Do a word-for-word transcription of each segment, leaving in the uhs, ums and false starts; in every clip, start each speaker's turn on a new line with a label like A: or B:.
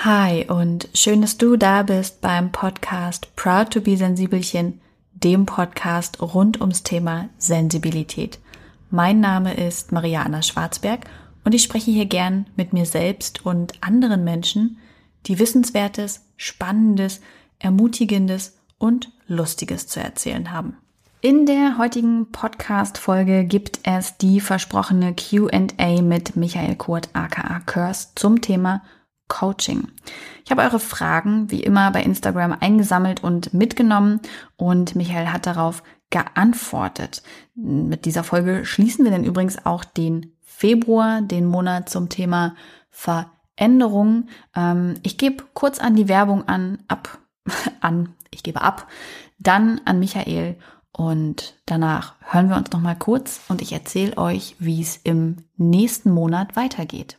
A: Hi und schön, dass du da bist beim Podcast Proud to be Sensibelchen, dem Podcast rund ums Thema Sensibilität. Mein Name ist Maria-Anna Schwarzberg und ich spreche hier gern mit mir selbst und anderen Menschen, die Wissenswertes, Spannendes, Ermutigendes und Lustiges zu erzählen haben. In der heutigen Podcast-Folge gibt es die versprochene Q and A mit Michael Kurt aka Curse zum Thema Coaching. Ich habe eure Fragen wie immer bei Instagram eingesammelt und mitgenommen und Michael hat darauf geantwortet. Mit dieser Folge schließen wir dann übrigens auch den Februar, den Monat zum Thema Veränderung. Ähm, ich gebe kurz an die Werbung an, ab, an, ich gebe ab, dann an Michael und danach hören wir uns nochmal kurz und ich erzähle euch, wie es im nächsten Monat weitergeht.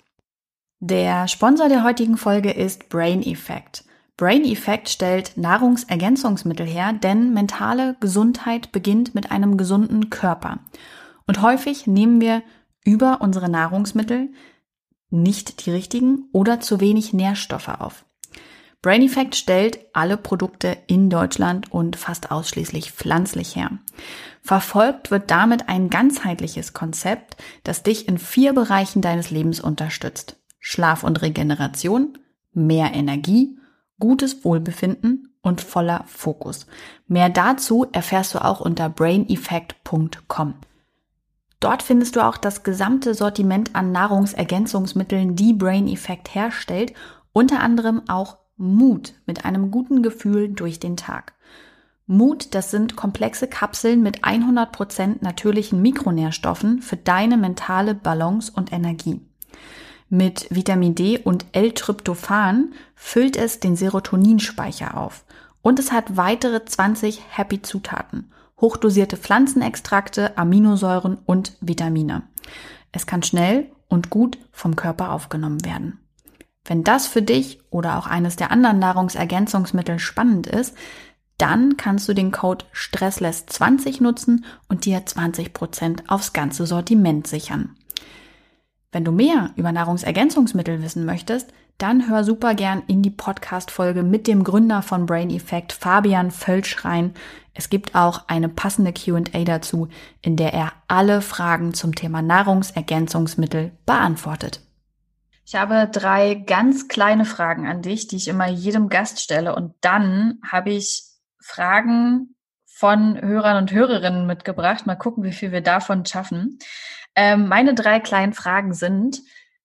A: Der Sponsor der heutigen Folge ist Brain Effect. Brain Effect stellt Nahrungsergänzungsmittel her, denn mentale Gesundheit beginnt mit einem gesunden Körper. Und häufig nehmen wir über unsere Nahrungsmittel nicht die richtigen oder zu wenig Nährstoffe auf. Brain Effect stellt alle Produkte in Deutschland und fast ausschließlich pflanzlich her. Verfolgt wird damit ein ganzheitliches Konzept, das dich in vier Bereichen deines Lebens unterstützt. Schlaf und Regeneration, mehr Energie, gutes Wohlbefinden und voller Fokus. Mehr dazu erfährst du auch unter brain effect punkt com. Dort findest du auch das gesamte Sortiment an Nahrungsergänzungsmitteln, die Brain Effect herstellt, unter anderem auch Mut mit einem guten Gefühl durch den Tag. Mut, das sind komplexe Kapseln mit hundert Prozent natürlichen Mikronährstoffen für deine mentale Balance und Energie. Mit Vitamin D und L-Tryptophan füllt es den Serotoninspeicher auf. Und es hat weitere zwanzig Happy-Zutaten, hochdosierte Pflanzenextrakte, Aminosäuren und Vitamine. Es kann schnell und gut vom Körper aufgenommen werden. Wenn das für dich oder auch eines der anderen Nahrungsergänzungsmittel spannend ist, dann kannst du den Code Stressless zwanzig nutzen und dir zwanzig Prozent aufs ganze Sortiment sichern. Wenn du mehr über Nahrungsergänzungsmittel wissen möchtest, dann hör super gern in die Podcast-Folge mit dem Gründer von Brain Effect, Fabian Völsch, rein. Es gibt auch eine passende Q and A dazu, in der er alle Fragen zum Thema Nahrungsergänzungsmittel beantwortet. Ich habe drei ganz kleine Fragen an dich, die ich immer jedem Gast stelle. Und dann habe ich Fragen von Hörern und Hörerinnen mitgebracht. Mal gucken, wie viel wir davon schaffen. Ähm, meine drei kleinen Fragen sind: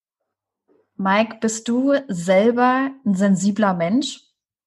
A: Mike, bist du selber ein sensibler Mensch?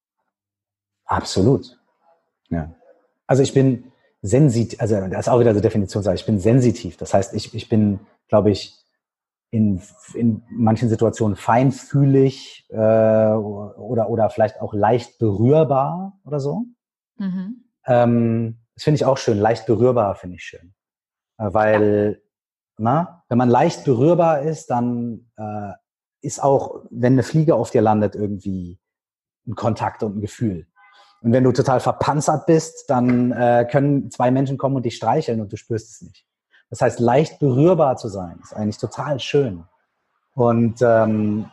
B: Absolut. Ja. Also ich bin sensitiv, also das ist auch wieder so Definitionssache, ich bin sensitiv. Das heißt, ich, ich bin, glaube ich, in, in manchen Situationen feinfühlig äh, oder, oder vielleicht auch leicht berührbar oder so. Mhm. Ähm, das finde ich auch schön. Leicht berührbar finde ich schön. Äh, weil, ja. na, wenn man leicht berührbar ist, dann äh, ist auch, wenn eine Fliege auf dir landet, irgendwie ein Kontakt und ein Gefühl. Und wenn du total verpanzert bist, dann äh, können zwei Menschen kommen und dich streicheln und du spürst es nicht. Das heißt, leicht berührbar zu sein, ist eigentlich total schön. Und ähm,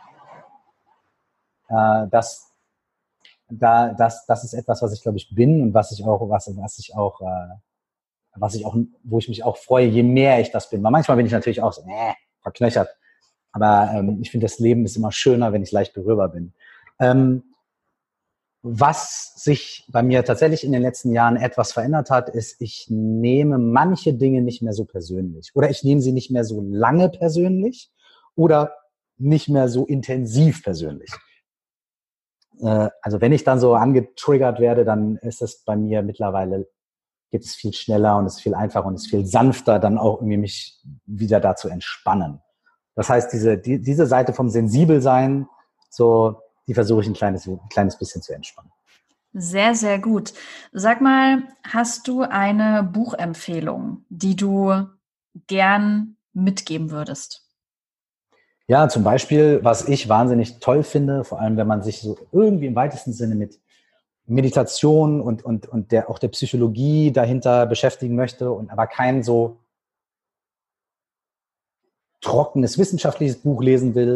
B: äh, das, da, das, das ist etwas, was ich, glaube ich, bin und was ich auch, was, was ich auch, äh, was ich auch, wo ich mich auch freue, je mehr ich das bin. Weil manchmal bin ich natürlich auch so, äh, verknöchert. Aber ähm, ich finde, das Leben ist immer schöner, wenn ich leicht berührbar bin. Ähm, was sich bei mir tatsächlich in den letzten Jahren etwas verändert hat, ist, ich nehme manche Dinge nicht mehr so persönlich. Oder ich nehme sie nicht mehr so lange persönlich oder nicht mehr so intensiv persönlich. Äh, also wenn ich dann so angetriggert werde, dann ist es bei mir mittlerweile, geht es viel schneller und es ist viel einfacher und es ist viel sanfter, dann auch irgendwie mich wieder da zu entspannen. Das heißt, diese, die, diese Seite vom Sensibelsein, so, die versuche ich ein kleines, ein kleines bisschen zu entspannen.
A: Sehr, sehr gut. Sag mal, hast du eine Buchempfehlung, die du gern mitgeben würdest?
B: Ja, zum Beispiel, was ich wahnsinnig toll finde, vor allem wenn man sich so irgendwie im weitesten Sinne mit Meditation und, und, und der, auch der Psychologie dahinter beschäftigen möchte und aber kein so trockenes wissenschaftliches Buch lesen will,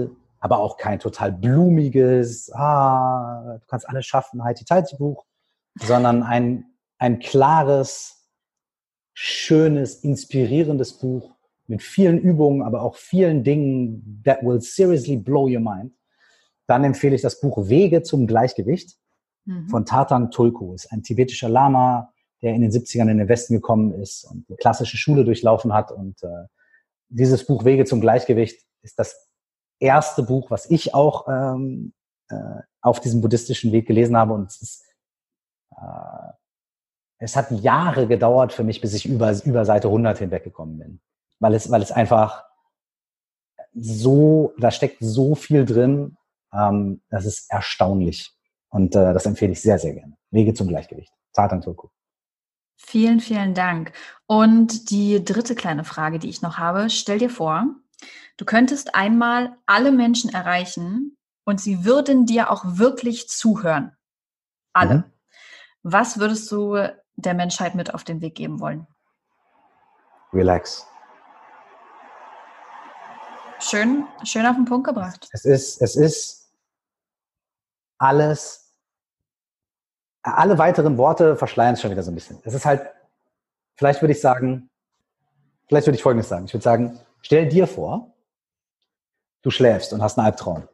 B: aber auch kein total blumiges, ah, du kannst alles schaffen, Heidi-Teiti-Buch, sondern ein, ein klares, schönes, inspirierendes Buch mit vielen Übungen, aber auch vielen Dingen that will seriously blow your mind. Dann empfehle ich das Buch Wege zum Gleichgewicht mhm. von Tartan Tulku. Ist ein tibetischer Lama, der in den siebzigern in den Westen gekommen ist und eine klassische Schule durchlaufen hat. Und äh, dieses Buch Wege zum Gleichgewicht ist das erste Buch, was ich auch ähm, äh, auf diesem buddhistischen Weg gelesen habe. Und es ist, äh, es hat Jahre gedauert für mich, bis ich über, über Seite hundert hinweggekommen bin. Weil es, weil es einfach so, da steckt so viel drin, ähm, das ist erstaunlich. Und äh, das empfehle ich sehr, sehr gerne. Wege zum Gleichgewicht. Tartan Tulku.
A: Vielen, vielen Dank. Und die dritte kleine Frage, die ich noch habe, stell dir vor, du könntest einmal alle Menschen erreichen und sie würden dir auch wirklich zuhören. Alle. Mhm. Was würdest du der Menschheit mit auf den Weg geben wollen?
B: Relax.
A: Schön, schön auf den Punkt gebracht.
B: Es ist, es ist alles, alle weiteren Worte verschleiern es schon wieder so ein bisschen. Es ist halt, vielleicht würde ich sagen, vielleicht würde ich Folgendes sagen. Ich würde sagen, stell dir vor, du schläfst und hast einen Albtraum.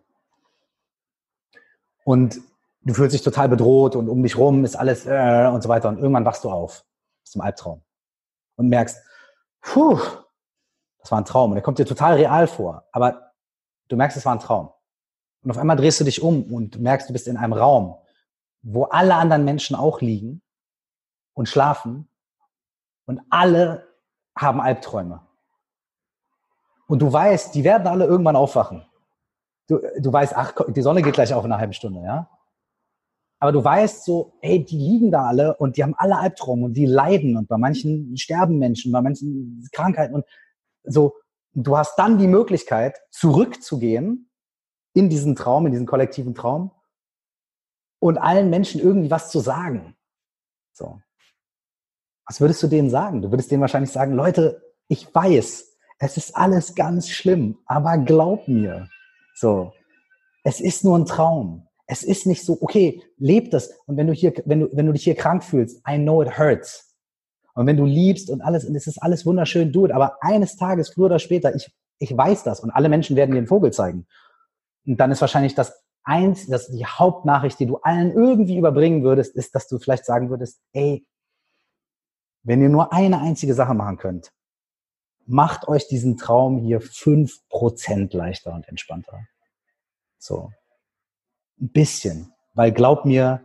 B: Und du fühlst dich total bedroht und um dich rum ist alles äh, und so weiter. Und irgendwann wachst du auf aus dem Albtraum und merkst, puh, das war ein Traum. Und der kommt dir total real vor. Aber du merkst, es war ein Traum. Und auf einmal drehst du dich um und merkst, du bist in einem Raum, wo alle anderen Menschen auch liegen und schlafen. Und alle haben Albträume. Und du weißt, die werden alle irgendwann aufwachen. Du, du weißt, ach, die Sonne geht gleich auf in einer halben Stunde, ja? Aber du weißt so, hey, die liegen da alle und die haben alle Albträume und die leiden und bei manchen sterben Menschen, bei manchen Krankheiten und so. Du hast dann die Möglichkeit, zurückzugehen in diesen Traum, in diesen kollektiven Traum und allen Menschen irgendwie was zu sagen. So. Was würdest du denen sagen? Du würdest denen wahrscheinlich sagen, Leute, ich weiß, es ist alles ganz schlimm, aber glaub mir. So. Es ist nur ein Traum. Es ist nicht so, okay, leb das. Und wenn du hier, wenn du, wenn du dich hier krank fühlst, I know it hurts. Und wenn du liebst und alles, und es ist alles wunderschön, do it. Aber eines Tages, früher oder später, ich, ich weiß das. Und alle Menschen werden dir den Vogel zeigen. Und dann ist wahrscheinlich das eins, das die Hauptnachricht, die du allen irgendwie überbringen würdest, ist, dass du vielleicht sagen würdest, ey, wenn ihr nur eine einzige Sache machen könnt, macht euch diesen Traum hier fünf Prozent leichter und entspannter. So. Ein bisschen. Weil glaub mir,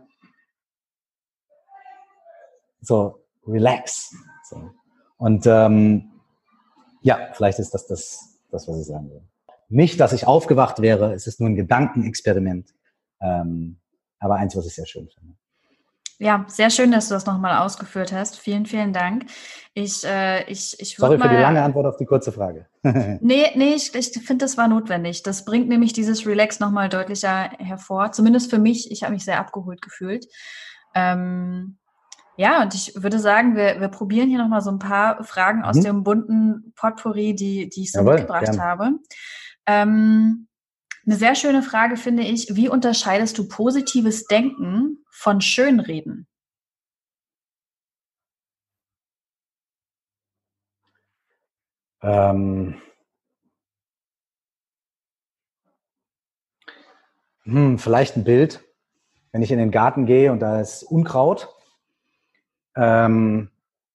B: so, relax. So. Und ähm, ja, vielleicht ist das, das das, was ich sagen will. Nicht, dass ich aufgewacht wäre, es ist nur ein Gedankenexperiment. Ähm, aber eins, was ich sehr schön finde.
A: Ja, sehr schön, dass du das nochmal ausgeführt hast. Vielen, vielen Dank. Ich, äh, ich, ich
B: Sorry
A: mal,
B: für die lange Antwort auf die kurze Frage.
A: nee, nee, ich, ich finde, das war notwendig. Das bringt nämlich dieses Relax nochmal deutlicher hervor. Zumindest für mich. Ich habe mich sehr abgeholt gefühlt. Ähm, ja, und ich würde sagen, wir, wir probieren hier nochmal so ein paar Fragen mhm. aus dem bunten Potpourri, die, die ich so Jawohl, mitgebracht gerne. habe. Ähm, Eine sehr schöne Frage finde ich, wie unterscheidest du positives Denken von Schönreden?
B: Ähm, hm, vielleicht ein Bild, wenn ich in den Garten gehe und da ist Unkraut, ähm,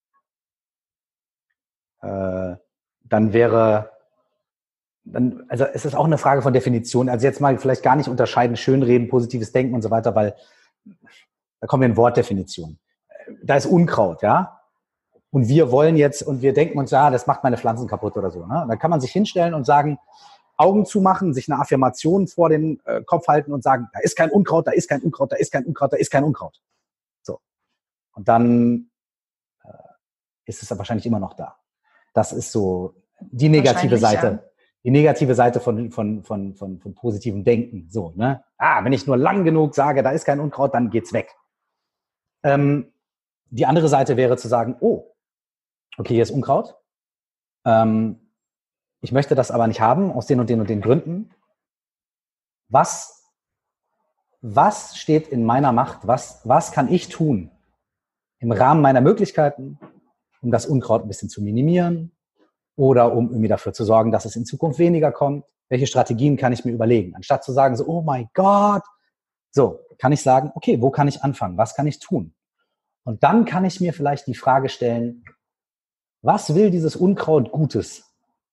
B: äh, dann wäre Dann, also es ist auch eine Frage von Definition. Also jetzt mal vielleicht gar nicht unterscheiden, Schönreden, positives Denken und so weiter, weil da kommen wir in Wortdefinition. Da ist Unkraut, ja. Und wir wollen jetzt, und wir denken uns, ja, das macht meine Pflanzen kaputt oder so. Ne? Dann kann man sich hinstellen und sagen, Augen zumachen, sich eine Affirmation vor den äh, Kopf halten und sagen, da ist kein Unkraut, da ist kein Unkraut, da ist kein Unkraut, da ist kein Unkraut. So. Und dann äh, ist es wahrscheinlich immer noch da. Das ist so die negative Seite. Ja. Die negative Seite von, von, von, von, von positivem Denken. So, ne? Ah, wenn ich nur lang genug sage, da ist kein Unkraut, dann geht's weg. Ähm, die andere Seite wäre zu sagen, oh, okay, hier ist Unkraut. Ähm, ich möchte das aber nicht haben, aus den und den und den Gründen. was, was steht in meiner Macht, was, was kann ich tun im Rahmen meiner Möglichkeiten, um das Unkraut ein bisschen zu minimieren oder um irgendwie dafür zu sorgen, dass es in Zukunft weniger kommt. Welche Strategien kann ich mir überlegen? Anstatt zu sagen, so, oh mein Gott, so, kann ich sagen, okay, wo kann ich anfangen? Was kann ich tun? Und dann kann ich mir vielleicht die Frage stellen, was will dieses Unkraut Gutes?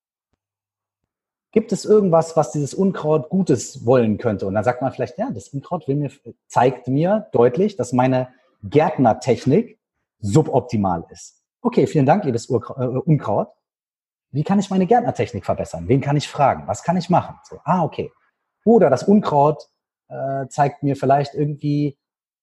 B: Gibt es irgendwas, was dieses Unkraut Gutes wollen könnte? Und dann sagt man vielleicht, ja, das Unkraut will mir, zeigt mir deutlich, dass meine Gärtnertechnik suboptimal ist. Okay, vielen Dank, liebes Urkraut, äh, Unkraut. Wie kann ich meine Gärtnertechnik verbessern? Wen kann ich fragen? Was kann ich machen? So, ah, okay. Oder das Unkraut äh, zeigt mir vielleicht irgendwie,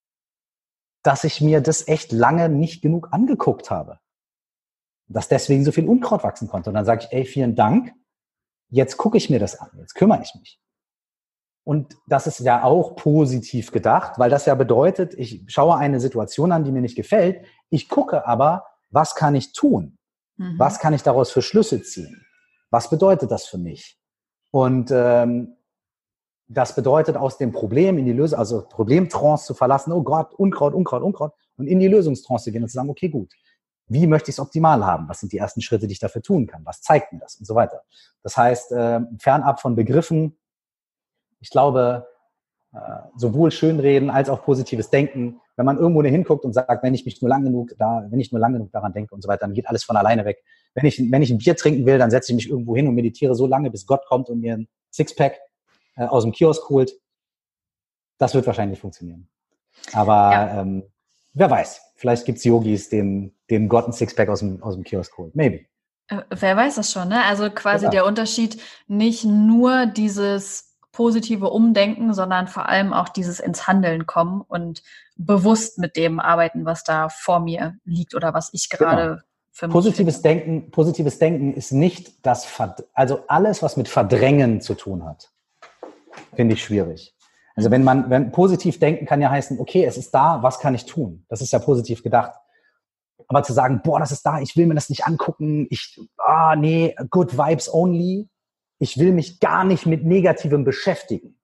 B: dass ich mir das echt lange nicht genug angeguckt habe. Dass deswegen so viel Unkraut wachsen konnte. Und dann sage ich, ey, vielen Dank. Jetzt gucke ich mir das an. Jetzt kümmere ich mich. Und das ist ja auch positiv gedacht, weil das ja bedeutet, ich schaue eine Situation an, die mir nicht gefällt. Ich gucke aber, was kann ich tun? Mhm. Was kann ich daraus für Schlüsse ziehen? Was bedeutet das für mich? Und ähm, das bedeutet, aus dem Problem in die Lösung, also Problemtrance zu verlassen, oh Gott, Unkraut, Unkraut, Unkraut, und in die Lösungstrance zu gehen und zu sagen, okay, gut, wie möchte ich es optimal haben? Was sind die ersten Schritte, die ich dafür tun kann? Was zeigt mir das? Und so weiter. Das heißt, äh, fernab von Begriffen, ich glaube, äh, sowohl Schönreden als auch positives Denken, wenn man irgendwo hinguckt und sagt, wenn ich mich nur lang genug da, wenn ich nur lang genug daran denke und so weiter, dann geht alles von alleine weg. Wenn ich, wenn ich ein Bier trinken will, dann setze ich mich irgendwo hin und meditiere so lange, bis Gott kommt und mir ein Sixpack äh, aus dem Kiosk holt. Das wird wahrscheinlich nicht funktionieren. Aber ja. ähm, wer weiß, vielleicht gibt's Yogis, denen, denen Gott ein Sixpack aus dem, aus dem Kiosk holt. Maybe.
A: Äh, wer weiß das schon, ne? Also quasi ja. Der Unterschied, nicht nur dieses positive Umdenken, sondern vor allem auch dieses ins Handeln kommen und bewusst mit dem arbeiten, was da vor mir liegt oder was ich gerade
B: genau.
A: für mich
B: positives finde. Denken, positives Denken ist nicht das, Verd- also alles, was mit Verdrängen zu tun hat, finde ich schwierig. Also wenn man, wenn positiv denken kann ja heißen, okay, es ist da, was kann ich tun? Das ist ja positiv gedacht. Aber zu sagen, boah, das ist da, ich will mir das nicht angucken, ich, ah, nee, good vibes only, ich will mich gar nicht mit Negativem beschäftigen.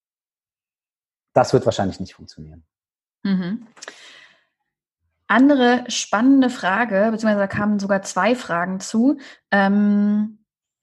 B: Das wird wahrscheinlich nicht funktionieren.
A: Mhm. Andere spannende Frage, beziehungsweise da kamen sogar zwei Fragen zu. Ähm,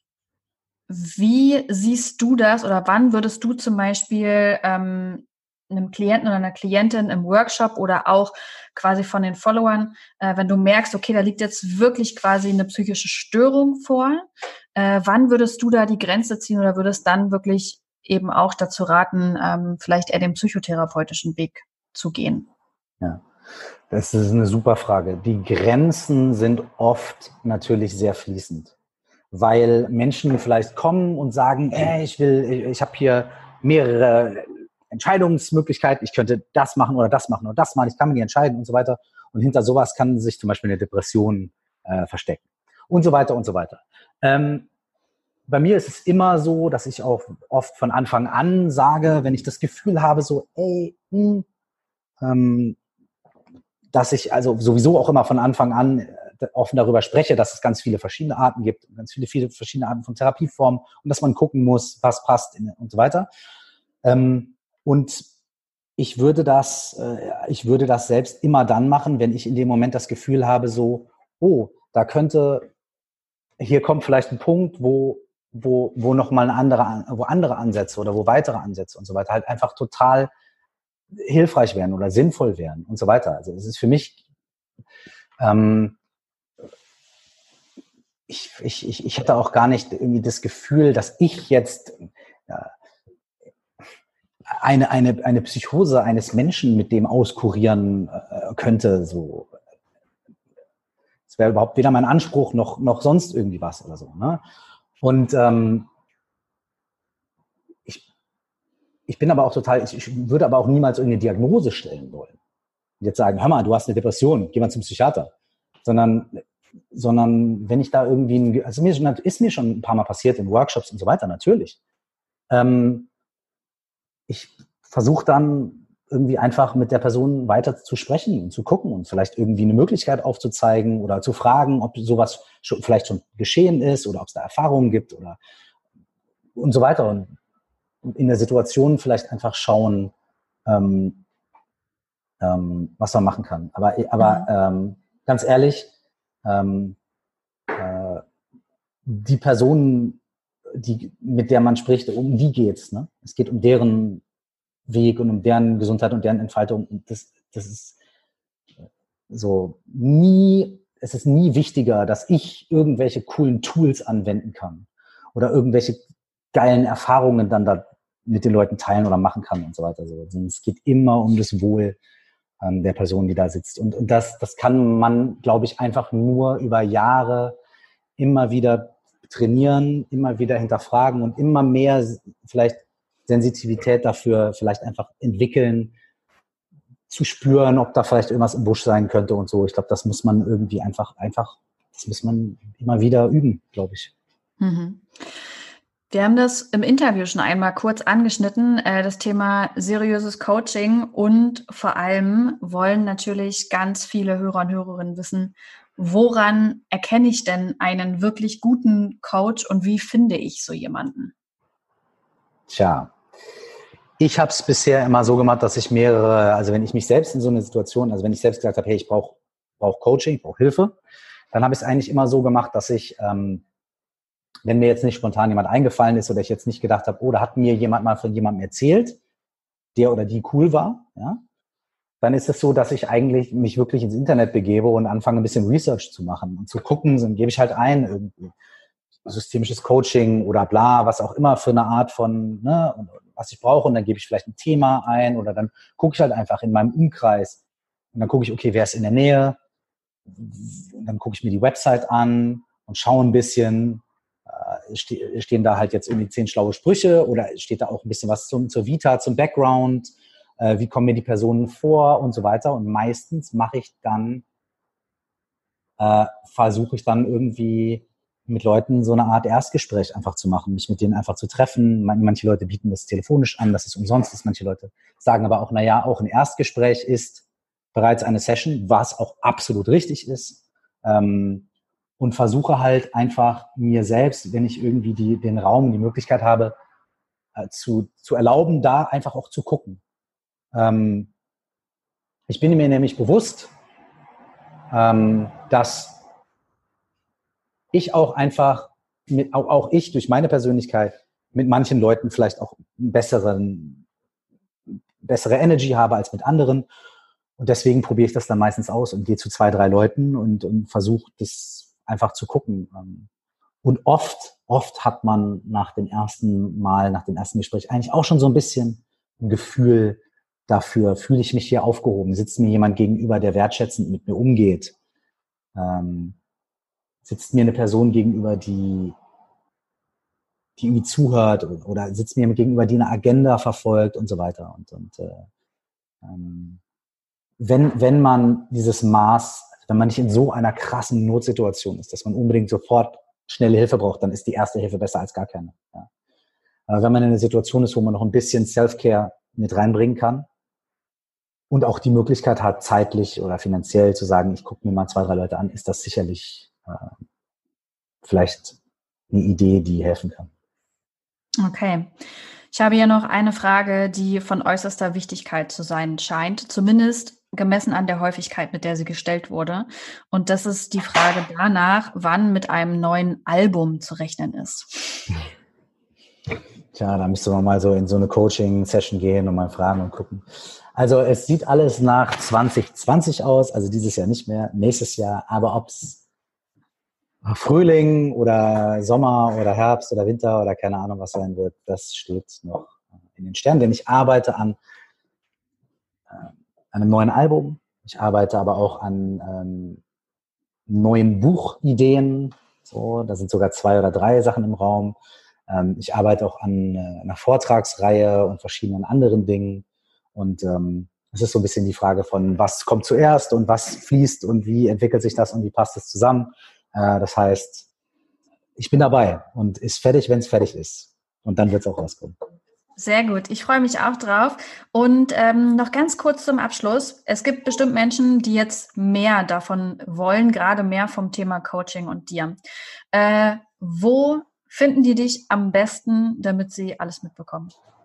A: wie siehst du das oder wann würdest du zum Beispiel ähm, einem Klienten oder einer Klientin im Workshop oder auch quasi von den Followern, äh, wenn du merkst, okay, da liegt jetzt wirklich quasi eine psychische Störung vor, äh, wann würdest du da die Grenze ziehen oder würdest dann wirklich eben auch dazu raten, ähm, vielleicht eher den psychotherapeutischen Weg zu gehen?
B: Ja, das ist eine super Frage. Die Grenzen sind oft natürlich sehr fließend, weil Menschen vielleicht kommen und sagen, hey, ich will, ich, ich habe hier mehrere Entscheidungsmöglichkeiten, ich könnte das machen oder das machen oder das machen, ich kann mich entscheiden und so weiter. Und hinter sowas kann sich zum Beispiel eine Depression äh, verstecken und so weiter und so weiter. Ähm, bei mir ist es immer so, dass ich auch oft von Anfang an sage, wenn ich das Gefühl habe, so, ey, mh, ähm, dass ich also sowieso auch immer von Anfang an offen darüber spreche, dass es ganz viele verschiedene Arten gibt, ganz viele, viele verschiedene Arten von Therapieformen und dass man gucken muss, was passt in, und so weiter. Ähm, und ich würde das, äh, ich würde das selbst immer dann machen, wenn ich in dem Moment das Gefühl habe, so, oh, da könnte, hier kommt vielleicht ein Punkt, wo, wo, wo noch mal eine andere, wo andere Ansätze oder wo weitere Ansätze und so weiter halt einfach total hilfreich wären oder sinnvoll wären und so weiter. Also es ist für mich, ähm, ich, ich, ich, ich hätte auch gar nicht irgendwie das Gefühl, dass ich jetzt ja, eine, eine, eine Psychose eines Menschen mit dem auskurieren äh, könnte. So, das wäre überhaupt weder mein Anspruch noch, noch sonst irgendwie was oder so. Ne? Und ähm, ich, ich bin aber auch total, ich, ich würde aber auch niemals irgendeine Diagnose stellen wollen. Und jetzt sagen, hör mal, du hast eine Depression, geh mal zum Psychiater. Sondern, sondern wenn ich da irgendwie, ein, also mir ist mir schon ein paar Mal passiert in Workshops und so weiter, natürlich. Ähm, ich versuche dann irgendwie einfach mit der Person weiter zu sprechen und zu gucken und vielleicht irgendwie eine Möglichkeit aufzuzeigen oder zu fragen, ob sowas schon, vielleicht schon geschehen ist oder ob es da Erfahrungen gibt oder und so weiter. Und in der Situation vielleicht einfach schauen, ähm, ähm, was man machen kann. Aber, aber ähm, ganz ehrlich, ähm, äh, die Personen, die, mit der man spricht, um die geht's. Ne? Es geht um deren Weg und um deren Gesundheit und deren Entfaltung. Und das, das ist so nie, es ist nie wichtiger, dass ich irgendwelche coolen Tools anwenden kann oder irgendwelche geilen Erfahrungen dann da mit den Leuten teilen oder machen kann und so weiter. So. Es geht immer um das Wohl ähm, der Person, die da sitzt. Und, und das, das kann man, glaube ich, einfach nur über Jahre immer wieder trainieren, immer wieder hinterfragen und immer mehr vielleicht Sensitivität dafür vielleicht einfach entwickeln, zu spüren, ob da vielleicht irgendwas im Busch sein könnte und so. Ich glaube, das muss man irgendwie einfach, einfach, das muss man immer wieder üben, glaube ich.
A: Mhm. Wir haben das im Interview schon einmal kurz angeschnitten, äh, das Thema seriöses Coaching, und vor allem wollen natürlich ganz viele Hörer und Hörerinnen wissen, woran erkenne ich denn einen wirklich guten Coach und wie finde ich so jemanden?
B: Tja, ich habe es bisher immer so gemacht, dass ich mehrere, also wenn ich mich selbst in so eine Situation, also wenn ich selbst gesagt habe, hey, ich brauche brauch Coaching, ich brauche Hilfe, dann habe ich es eigentlich immer so gemacht, dass ich, ähm, wenn mir jetzt nicht spontan jemand eingefallen ist oder ich jetzt nicht gedacht habe, oh, da hat mir jemand mal von jemandem erzählt, der oder die cool war, ja, dann ist es so, dass ich eigentlich mich wirklich ins Internet begebe und anfange, ein bisschen Research zu machen und zu gucken, dann gebe ich halt ein, irgendwie systemisches Coaching oder bla, was auch immer für eine Art von, ne, was ich brauche, und dann gebe ich vielleicht ein Thema ein oder dann gucke ich halt einfach in meinem Umkreis und dann gucke ich, okay, wer ist in der Nähe, und dann gucke ich mir die Website an und schaue ein bisschen, äh, stehen da halt jetzt irgendwie zehn schlaue Sprüche oder steht da auch ein bisschen was zum, zur Vita, zum Background, äh, wie kommen mir die Personen vor und so weiter, und meistens mache ich dann, äh, versuche ich dann irgendwie mit Leuten so eine Art Erstgespräch einfach zu machen, mich mit denen einfach zu treffen. Manche Leute bieten das telefonisch an, dass es umsonst ist. Manche Leute sagen aber auch, na ja, auch ein Erstgespräch ist bereits eine Session, was auch absolut richtig ist. Ähm, und versuche halt einfach mir selbst, wenn ich irgendwie die, den Raum, die Möglichkeit habe, äh, zu, zu erlauben, da einfach auch zu gucken. Ähm, ich bin mir nämlich bewusst, ähm, dass ich auch einfach, mit, auch, auch ich durch meine Persönlichkeit mit manchen Leuten vielleicht auch einen besseren, bessere Energy habe als mit anderen. Und deswegen probiere ich das dann meistens aus und gehe zu zwei, drei Leuten und, und versuche das einfach zu gucken. Und oft, oft hat man nach dem ersten Mal, nach dem ersten Gespräch eigentlich auch schon so ein bisschen ein Gefühl dafür, fühle ich mich hier aufgehoben, sitzt mir jemand gegenüber, der wertschätzend mit mir umgeht. Ähm, sitzt mir eine Person gegenüber, die, die irgendwie zuhört, oder sitzt mir gegenüber, die eine Agenda verfolgt und so weiter. Und, und äh, ähm, wenn, wenn man dieses Maß, wenn man nicht in so einer krassen Notsituation ist, dass man unbedingt sofort schnelle Hilfe braucht, dann ist die erste Hilfe besser als gar keine. Ja. Aber wenn man in einer Situation ist, wo man noch ein bisschen Self-Care mit reinbringen kann und auch die Möglichkeit hat, zeitlich oder finanziell zu sagen, ich gucke mir mal zwei, drei Leute an, ist das sicherlich äh, vielleicht eine Idee, die helfen kann.
A: Okay. Ich habe hier noch eine Frage, die von äußerster Wichtigkeit zu sein scheint, zumindest gemessen an der Häufigkeit, mit der sie gestellt wurde. Und das ist die Frage danach, wann mit einem neuen Album zu rechnen ist.
B: Tja, da müsste man mal so in so eine Coaching-Session gehen und mal fragen und gucken. Also es sieht alles nach zwanzig zwanzig aus, also dieses Jahr nicht mehr, nächstes Jahr. Aber ob es Frühling oder Sommer oder Herbst oder Winter oder keine Ahnung was sein wird, das steht noch in den Sternen. Denn ich arbeite an äh, einem neuen Album. Ich arbeite aber auch an ähm, neuen Buchideen. So, da sind sogar zwei oder drei Sachen im Raum. Ähm, ich arbeite auch an äh, einer Vortragsreihe und verschiedenen anderen Dingen. Und ähm, es ist so ein bisschen die Frage von, was kommt zuerst und was fließt und wie entwickelt sich das und wie passt es zusammen. Äh, das heißt, ich bin dabei und ist fertig, wenn es fertig ist. Und dann wird es auch rauskommen.
A: Sehr gut, ich freue mich auch drauf. Und ähm, noch ganz kurz zum Abschluss. Es gibt bestimmt Menschen, die jetzt mehr davon wollen, gerade mehr vom Thema Coaching und dir. Äh, wo finden die dich am besten, damit sie alles mitbekommen?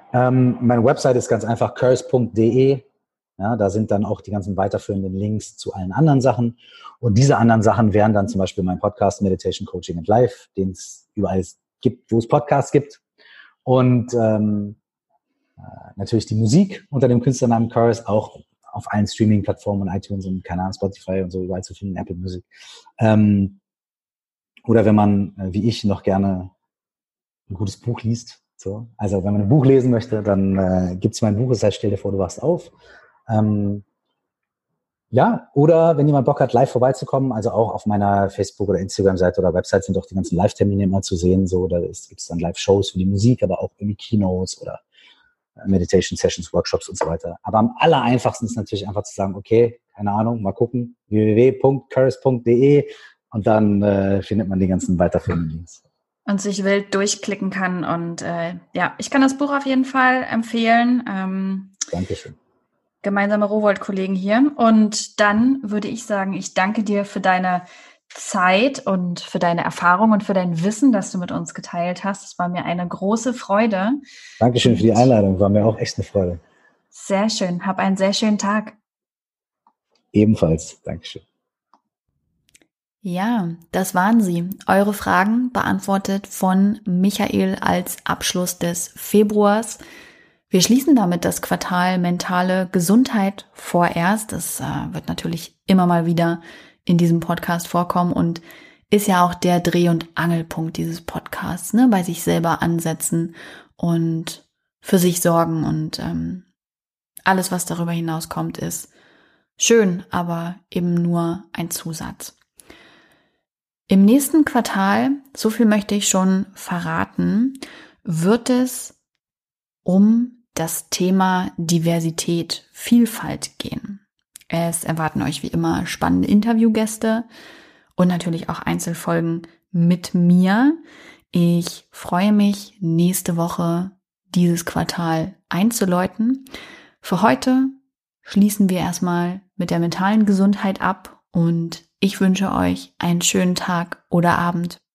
B: Ähm, meine Website ist ganz einfach curse punkt de. Ja, da sind dann auch die ganzen weiterführenden Links zu allen anderen Sachen. Und diese anderen Sachen wären dann zum Beispiel mein Podcast Meditation, Coaching and Life, den es überall gibt, wo es Podcasts gibt. Und ähm, natürlich die Musik unter dem Künstlernamen Curse, auch auf allen Streaming-Plattformen und iTunes und keine Ahnung, Spotify und so überall zu finden, Apple Music. Ähm, oder wenn man, äh, wie ich, noch gerne ein gutes Buch liest. So. Also wenn man ein Buch lesen möchte, dann äh, gibt es mein Buch, das heißt Stell dir vor, du wachst auf. Ähm, ja, oder wenn jemand Bock hat, live vorbeizukommen, also auch auf meiner Facebook- oder Instagram-Seite oder Website sind auch die ganzen Live-Termine immer zu sehen. So, da gibt es dann Live-Shows für die Musik, aber auch irgendwie Keynotes oder Meditation-Sessions, Workshops und so weiter. Aber am aller einfachsten ist natürlich einfach zu sagen, okay, keine Ahnung, mal gucken, w w w punkt curse punkt de und dann äh, findet man die ganzen weiterführenden Links.
A: Und sich wild durchklicken kann. Und äh, ja, ich kann das Buch auf jeden Fall empfehlen. Ähm,
B: Dankeschön.
A: Gemeinsame Rowohlt-Kollegen hier. Und dann würde ich sagen, ich danke dir für deine Zeit und für deine Erfahrung und für dein Wissen, das du mit uns geteilt hast. Es war mir eine große Freude.
B: Dankeschön für die Einladung. War mir auch echt eine Freude.
A: Sehr schön. Hab einen sehr schönen Tag.
B: Ebenfalls. Dankeschön.
A: Ja, das waren sie. Eure Fragen beantwortet von Michael als Abschluss des Februars. Wir schließen damit das Quartal mentale Gesundheit vorerst. Das äh, wird natürlich immer mal wieder in diesem Podcast vorkommen und ist ja auch der Dreh- und Angelpunkt dieses Podcasts, ne? Bei sich selber ansetzen und für sich sorgen und ähm, alles, was darüber hinauskommt, ist schön, aber eben nur ein Zusatz. Im nächsten Quartal, so viel möchte ich schon verraten, wird es um das Thema Diversität, Vielfalt gehen. Es erwarten euch wie immer spannende Interviewgäste und natürlich auch Einzelfolgen mit mir. Ich freue mich, nächste Woche dieses Quartal einzuläuten. Für heute schließen wir erstmal mit der mentalen Gesundheit ab und ich wünsche euch einen schönen Tag oder Abend.